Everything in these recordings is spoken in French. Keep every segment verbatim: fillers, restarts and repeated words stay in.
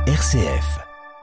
R C F.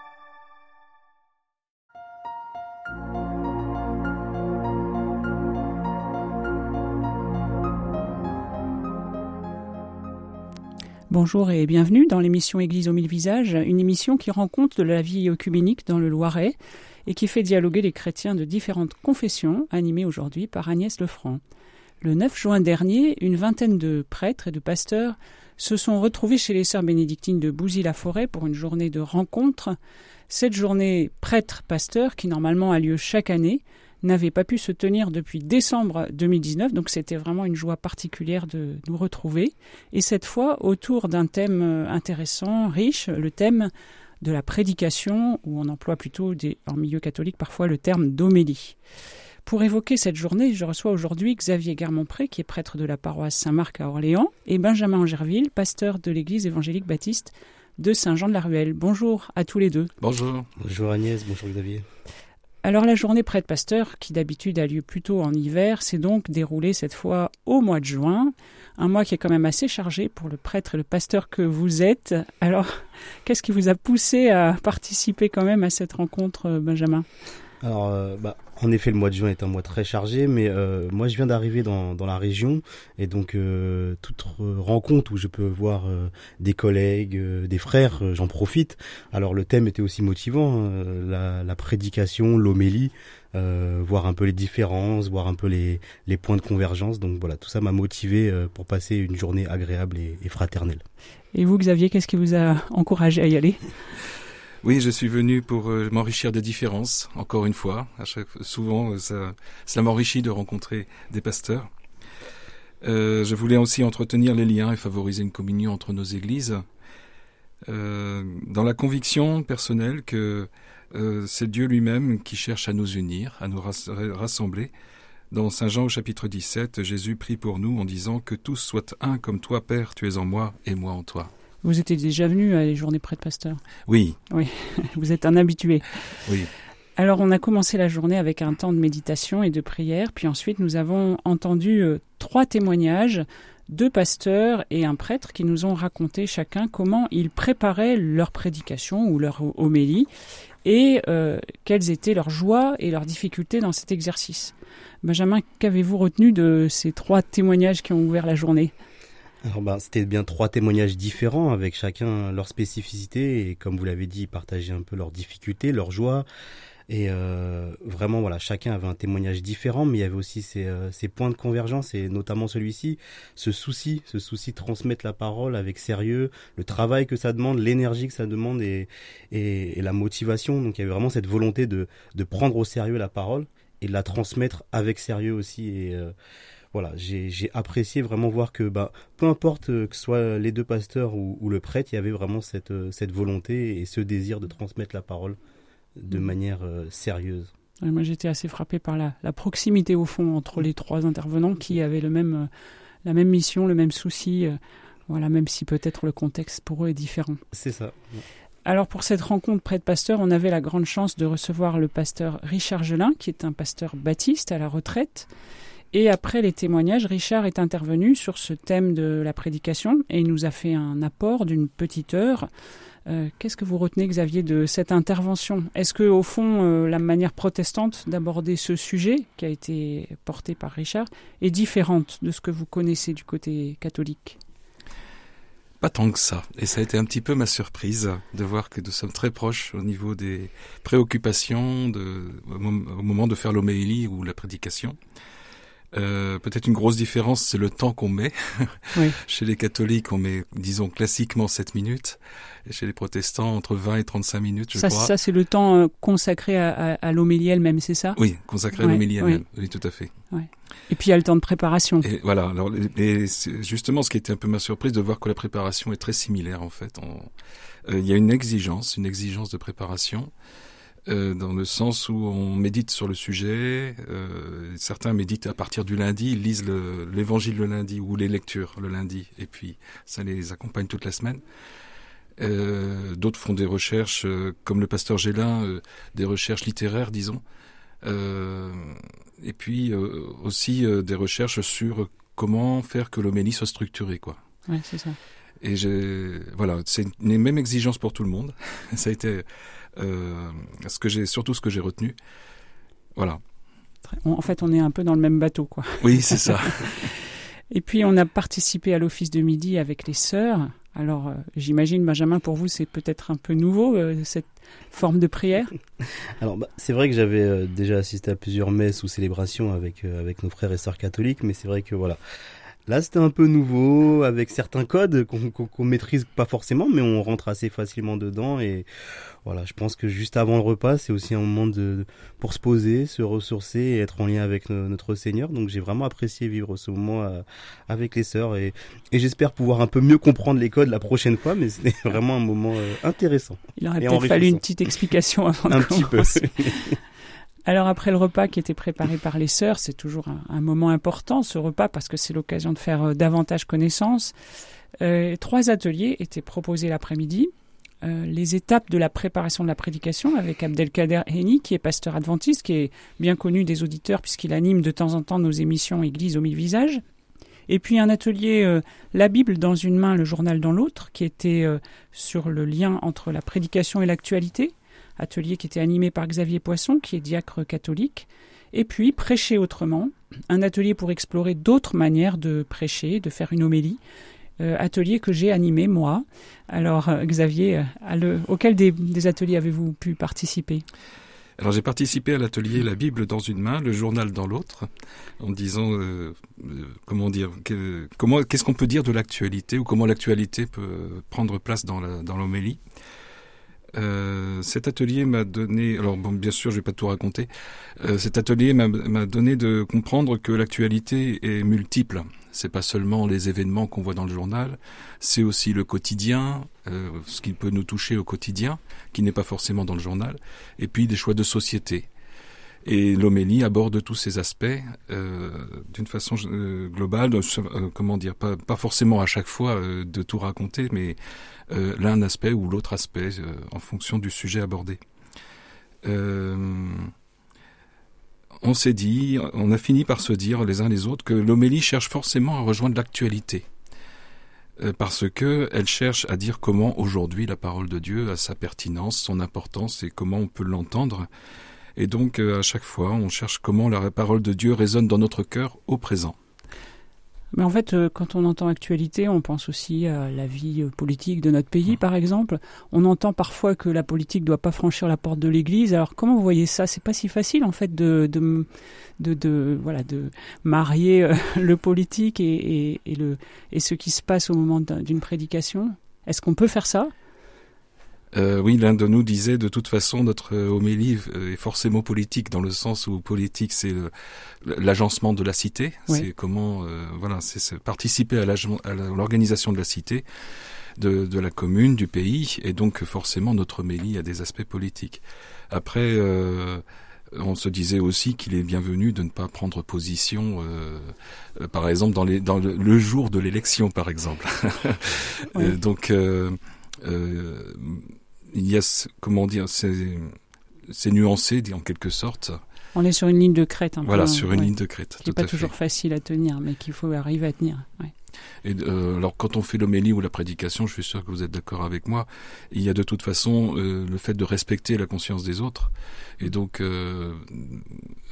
Bonjour et bienvenue dans l'émission Église aux mille visages, une émission qui rend compte de la vie œcuménique dans le Loiret et qui fait dialoguer les chrétiens de différentes confessions, animée aujourd'hui par Agnès Lefranc. Le neuf juin dernier, une vingtaine de prêtres et de pasteurs se sont retrouvés chez les sœurs bénédictines de Bouzy-la-Forêt pour une journée de rencontre. Cette journée prêtre-pasteur, qui normalement a lieu chaque année, n'avait pas pu se tenir depuis décembre deux mille dix-neuf, donc c'était vraiment une joie particulière de nous retrouver. Et cette fois, autour d'un thème intéressant, riche, le thème de la prédication, où on emploie plutôt des, en milieu catholique parfois le terme d'homélie. Pour évoquer cette journée, je reçois aujourd'hui Xavier Guermont-Pré, qui est prêtre de la paroisse Saint-Marc à Orléans, et Benjamin Angerville, pasteur de l'église évangélique baptiste de Saint-Jean-de-la-Ruelle. Bonjour à tous les deux. Bonjour. Bonjour Agnès, bonjour Xavier. Alors la journée prêtre-pasteur, qui d'habitude a lieu plutôt en hiver, s'est donc déroulée cette fois au mois de juin, un mois qui est quand même assez chargé pour le prêtre et le pasteur que vous êtes. Alors, qu'est-ce qui vous a poussé à participer quand même à cette rencontre, Benjamin ? Alors, euh, bah, en effet, le mois de juin est un mois très chargé, mais euh, moi, je viens d'arriver dans, dans la région, et donc euh, toute rencontre où je peux voir euh, des collègues, euh, des frères, euh, j'en profite. Alors, le thème était aussi motivant, euh, la, la prédication, l'homélie, euh, voir un peu les différences, voir un peu les, les points de convergence. Donc voilà, tout ça m'a motivé euh, pour passer une journée agréable et, et fraternelle. Et vous, Xavier, qu'est-ce qui vous a encouragé à y aller ? Oui, je suis venu pour euh, m'enrichir des différences, encore une fois. À chaque, souvent, ça, ça m'enrichit de rencontrer des pasteurs. Euh, je voulais aussi entretenir les liens et favoriser une communion entre nos églises, euh, dans la conviction personnelle que euh, c'est Dieu lui-même qui cherche à nous unir, à nous rass- rassembler. Dans Saint Jean au chapitre dix-sept, Jésus prie pour nous en disant que tous soient un comme toi, Père, tu es en moi et moi en toi. Vous étiez déjà venu à les journées prêtre-pasteur ? Oui. Oui, vous êtes un habitué. Oui. Alors, on a commencé la journée avec un temps de méditation et de prière, puis ensuite nous avons entendu euh, trois témoignages, deux pasteurs et un prêtre qui nous ont raconté chacun comment ils préparaient leur prédication ou leur homélie et euh, quelles étaient leurs joies et leurs difficultés dans cet exercice. Benjamin, qu'avez-vous retenu de ces trois témoignages qui ont ouvert la journée ? Alors ben, c'était bien trois témoignages différents avec chacun leur spécificité et comme vous l'avez dit, ils partageaient un peu leurs difficultés, leurs joies et euh, vraiment voilà, chacun avait un témoignage différent mais il y avait aussi ces, euh, ces points de convergence et notamment celui-ci, ce souci, ce souci de transmettre la parole avec sérieux, le travail que ça demande, l'énergie que ça demande et, et, et la motivation. Donc il y avait vraiment cette volonté de, de prendre au sérieux la parole et de la transmettre avec sérieux aussi et euh, Voilà, j'ai, j'ai apprécié vraiment voir que bah, peu importe que ce soit les deux pasteurs ou, ou le prêtre, il y avait vraiment cette, cette volonté et ce désir de transmettre la parole de manière euh, sérieuse. Ouais, moi j'étais assez frappé par la, la proximité au fond entre les trois intervenants qui avaient le même, euh, la même mission, le même souci, euh, voilà, même si peut-être le contexte pour eux est différent. C'est ça. Alors pour cette rencontre prêtre-pasteur, on avait la grande chance de recevoir le pasteur Richard Gelin, qui est un pasteur baptiste à la retraite. Et après les témoignages, Richard est intervenu sur ce thème de la prédication et il nous a fait un apport d'une petite heure. Euh, qu'est-ce que vous retenez, Xavier, de cette intervention ? Est-ce que, au fond, euh, la manière protestante d'aborder ce sujet, qui a été porté par Richard, est différente de ce que vous connaissez du côté catholique ? Pas tant que ça. Et ça a été un petit peu ma surprise de voir que nous sommes très proches au niveau des préoccupations de, au moment de faire l'homélie ou la prédication. Euh, peut-être une grosse différence, c'est le temps qu'on met. Oui. Chez les catholiques, on met, disons, classiquement sept minutes. Et chez les protestants, entre vingt et trente-cinq minutes, je ça, crois. Ça, c'est le temps euh, consacré à, à, à l'homélie elle-même, c'est ça ? Oui, consacré ouais, à l'homélie oui. elle-même. Oui, tout à fait. Ouais. Et puis, il y a le temps de préparation. Et voilà. Alors, et c'est justement, ce qui était un peu ma surprise, de voir que la préparation est très similaire, en fait. Il euh, y a une exigence, une exigence de préparation. Euh, dans le sens où on médite sur le sujet, euh, certains méditent à partir du lundi, ils lisent le, l'évangile le lundi ou les lectures le lundi, et puis ça les accompagne toute la semaine. Euh, d'autres font des recherches, euh, comme le pasteur Gélin, euh, des recherches littéraires, disons, euh, et puis euh, aussi euh, des recherches sur comment faire que l'homélie soit structurée, quoi. Ouais, c'est ça. Et j'ai, voilà, c'est une même exigence pour tout le monde. Ça a été euh, ce que j'ai, surtout ce que j'ai retenu. Voilà. En fait, on est un peu dans le même bateau, quoi. Oui, c'est ça. Et puis, on a participé à l'office de midi avec les sœurs. Alors, euh, j'imagine, Benjamin, pour vous, c'est peut-être un peu nouveau, euh, cette forme de prière. Alors, bah, c'est vrai que j'avais euh, déjà assisté à plusieurs messes ou célébrations avec, euh, avec nos frères et sœurs catholiques, mais c'est vrai que voilà. Là, c'était un peu nouveau, avec certains codes qu'on qu'on, qu'on maîtrise pas forcément, mais on rentre assez facilement dedans. Et voilà, je pense que juste avant le repas, c'est aussi un moment de, pour se poser, se ressourcer et être en lien avec no, notre Seigneur. Donc, j'ai vraiment apprécié vivre ce moment euh, avec les sœurs. Et, et j'espère pouvoir un peu mieux comprendre les codes la prochaine fois, mais c'était vraiment un moment euh, intéressant. Il aurait peut-être fallu une petite explication avant de un commencer. petit peu. Alors après le repas qui était préparé par les sœurs, c'est toujours un, un moment important ce repas parce que c'est l'occasion de faire euh, davantage connaissance. Euh, trois ateliers étaient proposés l'après-midi. Euh, les étapes de la préparation de la prédication avec Abdelkader Henni, qui est pasteur adventiste, qui est bien connu des auditeurs puisqu'il anime de temps en temps nos émissions Église aux mille visages. Et puis un atelier euh, La Bible dans une main, le journal dans l'autre, qui était euh, sur le lien entre la prédication et l'actualité. Atelier qui était animé par Xavier Poisson, qui est diacre catholique. Et puis, Prêcher autrement, un atelier pour explorer d'autres manières de prêcher, de faire une homélie. Euh, atelier que j'ai animé, moi. Alors, euh, Xavier, euh, le, auquel des, des ateliers avez-vous pu participer ? Alors, j'ai participé à l'atelier La Bible dans une main, le journal dans l'autre, en disant, euh, euh, comment dire, que, comment, qu'est-ce qu'on peut dire de l'actualité, ou comment l'actualité peut prendre place dans, la, dans l'homélie. Euh, cet atelier m'a donné, alors bon, bien sûr, je vais pas tout raconter. Euh, cet atelier m'a, m'a donné de comprendre que l'actualité est multiple. C'est pas seulement les événements qu'on voit dans le journal, c'est aussi le quotidien, euh, ce qui peut nous toucher au quotidien, qui n'est pas forcément dans le journal, et puis des choix de société. Et l'homélie aborde tous ces aspects euh, d'une façon euh, globale, euh, comment dire, pas, pas forcément à chaque fois euh, de tout raconter, mais euh, l'un aspect ou l'autre aspect euh, en fonction du sujet abordé. Euh, on s'est dit, on a fini par se dire les uns les autres que l'homélie cherche forcément à rejoindre l'actualité. Euh, parce que elle cherche à dire comment aujourd'hui la parole de Dieu a sa pertinence, son importance et comment on peut l'entendre. Et donc, euh, à chaque fois, on cherche comment la parole de Dieu résonne dans notre cœur au présent. Mais en fait, euh, quand on entend actualité, on pense aussi à la vie euh, politique de notre pays, mmh. par exemple. On entend parfois que la politique ne doit pas franchir la porte de l'Église. Alors, comment vous voyez ça ? C'est pas si facile, en fait, de, de, de, de, voilà, de marier euh, le politique et, et, et, le, et ce qui se passe au moment d'une prédication. Est-ce qu'on peut faire ça ? Euh, oui, l'un de nous disait de toute façon notre homélie est forcément politique dans le sens où politique c'est le, l'agencement de la cité, oui. c'est comment euh, voilà, c'est, c'est participer à, à l'organisation de la cité, de, de la commune, du pays, et donc forcément notre homélie a des aspects politiques. Après, euh, on se disait aussi qu'il est bienvenu de ne pas prendre position, euh, euh, par exemple dans, les, dans le, le jour de l'élection, par exemple. Oui. euh, donc euh, euh, il y a, comment dire, c'est, c'est nuancé en quelque sorte. On est sur une ligne de crête. Un voilà, peu, sur une ouais, ligne de crête. Qui n'est pas toujours facile à tenir, mais qu'il faut arriver à tenir. Ouais. Et euh, alors, quand on fait l'homélie ou la prédication, je suis sûr que vous êtes d'accord avec moi, il y a de toute façon euh, le fait de respecter la conscience des autres. Et donc, euh, euh,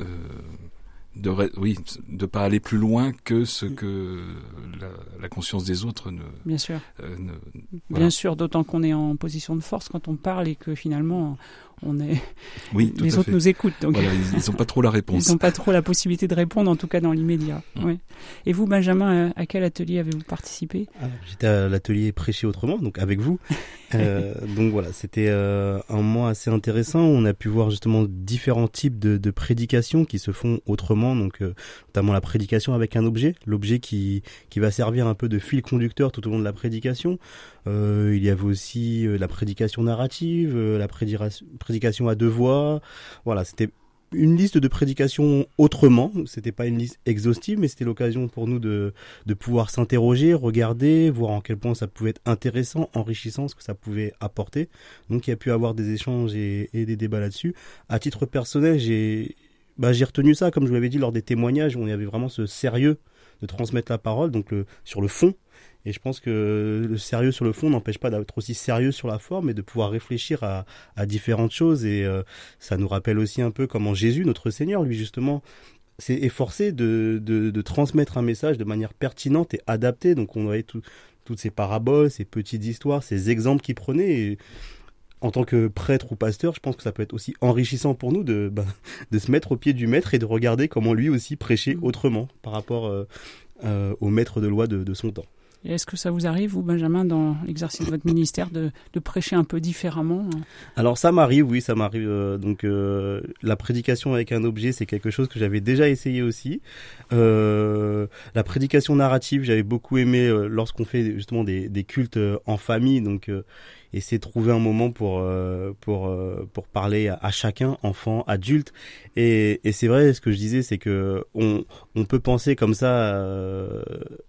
de, oui, de pas aller plus loin que ce que la, la conscience des autres ne. Bien sûr. Euh, ne, voilà. Bien sûr, d'autant qu'on est en position de force quand on parle et que finalement on est. Oui, tout les à autres fait. nous écoutent. Donc voilà, ils n'ont pas trop la réponse. Ils n'ont pas trop la possibilité de répondre, en tout cas dans l'immédiat. Mmh. Ouais. Et vous, Benjamin, à quel atelier avez-vous participé ? Alors, j'étais à l'atelier Prêcher autrement, donc avec vous. euh, donc voilà, c'était euh, un mois assez intéressant. On a pu voir justement différents types de, de prédications qui se font autrement, donc euh, notamment la prédication avec un objet, l'objet qui qui va servir un peu de fil conducteur tout au long de la prédication. Euh, il y avait aussi euh, la prédication narrative, euh, la prédication prédication à deux voix. Voilà, c'était une liste de prédications autrement. C'était pas une liste exhaustive, mais c'était l'occasion pour nous de de pouvoir s'interroger, regarder, voir en quel point ça pouvait être intéressant, enrichissant, ce que ça pouvait apporter. Donc il y a pu avoir des échanges et, et des débats là-dessus. À titre personnel, j'ai bah j'ai retenu ça, comme je vous l'avais dit lors des témoignages, où il y avait vraiment ce sérieux de transmettre la parole, donc le, sur le fond. Et je pense que le sérieux sur le fond n'empêche pas d'être aussi sérieux sur la forme et de pouvoir réfléchir à, à différentes choses. Et euh, ça nous rappelle aussi un peu comment Jésus, notre Seigneur, lui justement, s'est efforcé de, de, de transmettre un message de manière pertinente et adaptée. Donc on voyait tout, toutes ces paraboles, ces petites histoires, ces exemples qu'il prenait. Et en tant que prêtre ou pasteur, je pense que ça peut être aussi enrichissant pour nous de, bah, de se mettre au pied du maître et de regarder comment lui aussi prêchait autrement par rapport euh, euh, au maître de loi de, de son temps. Et est-ce que ça vous arrive, vous, Benjamin, dans l'exercice de votre ministère, de, de prêcher un peu différemment? Alors ça m'arrive, oui, ça m'arrive. Euh, donc euh, la prédication avec un objet, c'est quelque chose que j'avais déjà essayé aussi. Euh, la prédication narrative, j'avais beaucoup aimé euh, lorsqu'on fait justement des, des cultes euh, en famille. Donc euh, essayer de trouver un moment pour euh, pour euh, pour parler à, à chacun, enfant, adulte. Et, et c'est vrai, ce que je disais, c'est que on on peut penser comme ça. Euh,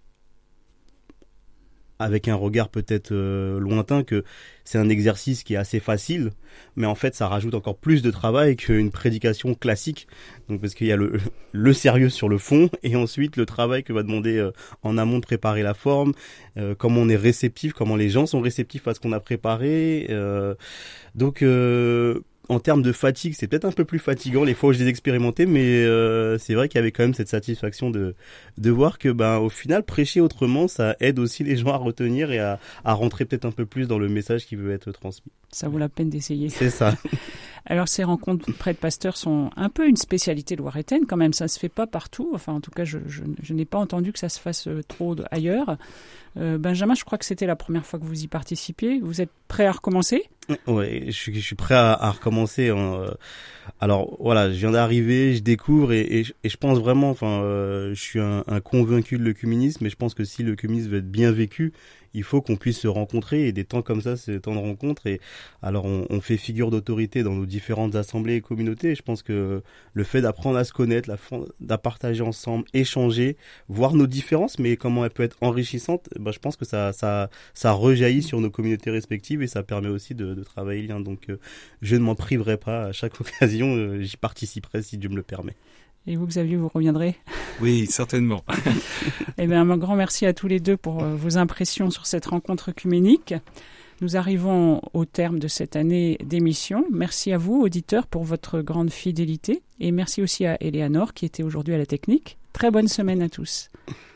avec un regard peut-être euh, lointain, que c'est un exercice qui est assez facile, mais en fait ça rajoute encore plus de travail qu'une prédication classique. Donc parce qu'il y a le, le sérieux sur le fond, et ensuite le travail que va demander euh, en amont de préparer la forme, euh, comment on est réceptif, comment les gens sont réceptifs à ce qu'on a préparé. Euh, donc euh, en termes de fatigue, c'est peut-être un peu plus fatigant les fois où je les ai expérimentés, mais euh, c'est vrai qu'il y avait quand même cette satisfaction de de voir que, ben, au final, prêcher autrement, ça aide aussi les gens à retenir et à, à rentrer peut-être un peu plus dans le message qui veut être transmis. Ça vaut la peine d'essayer. C'est ça. Alors, ces rencontres prêtre-pasteur sont un peu une spécialité loiretaine quand même. Ça se fait pas partout. Enfin, en tout cas, je, je, je n'ai pas entendu que ça se fasse trop ailleurs. Euh, Benjamin, je crois que c'était la première fois que vous y participiez. Vous êtes prêt à recommencer? Oui, je suis, je suis prêt à, à recommencer. Hein. Alors voilà, je viens d'arriver, je découvre et, et, et je pense vraiment, enfin, euh, je suis un, un convaincu de l'œcuménisme, mais je pense que si l'œcuménisme veut être bien vécu, il faut qu'on puisse se rencontrer, et des temps comme ça, c'est des temps de rencontre. Et alors, on, on fait figure d'autorité dans nos différentes assemblées et communautés. Et je pense que le fait d'apprendre à se connaître, la, de partager ensemble, échanger, voir nos différences, mais comment elles peuvent être enrichissantes, ben, je pense que ça, ça, ça rejaillit sur nos communautés respectives, et ça permet aussi de, de travailler le lien. Donc, euh, je ne m'en priverai pas à chaque occasion. Euh, j'y participerai si Dieu me le permet. Et vous, Xavier, vous reviendrez? Oui, certainement. Eh bien, un grand merci à tous les deux pour euh, vos impressions sur cette rencontre œcuménique. Nous arrivons au terme de cette année d'émission. Merci à vous, auditeurs, pour votre grande fidélité. Et merci aussi à Eleanor, qui était aujourd'hui à la technique. Très bonne semaine à tous.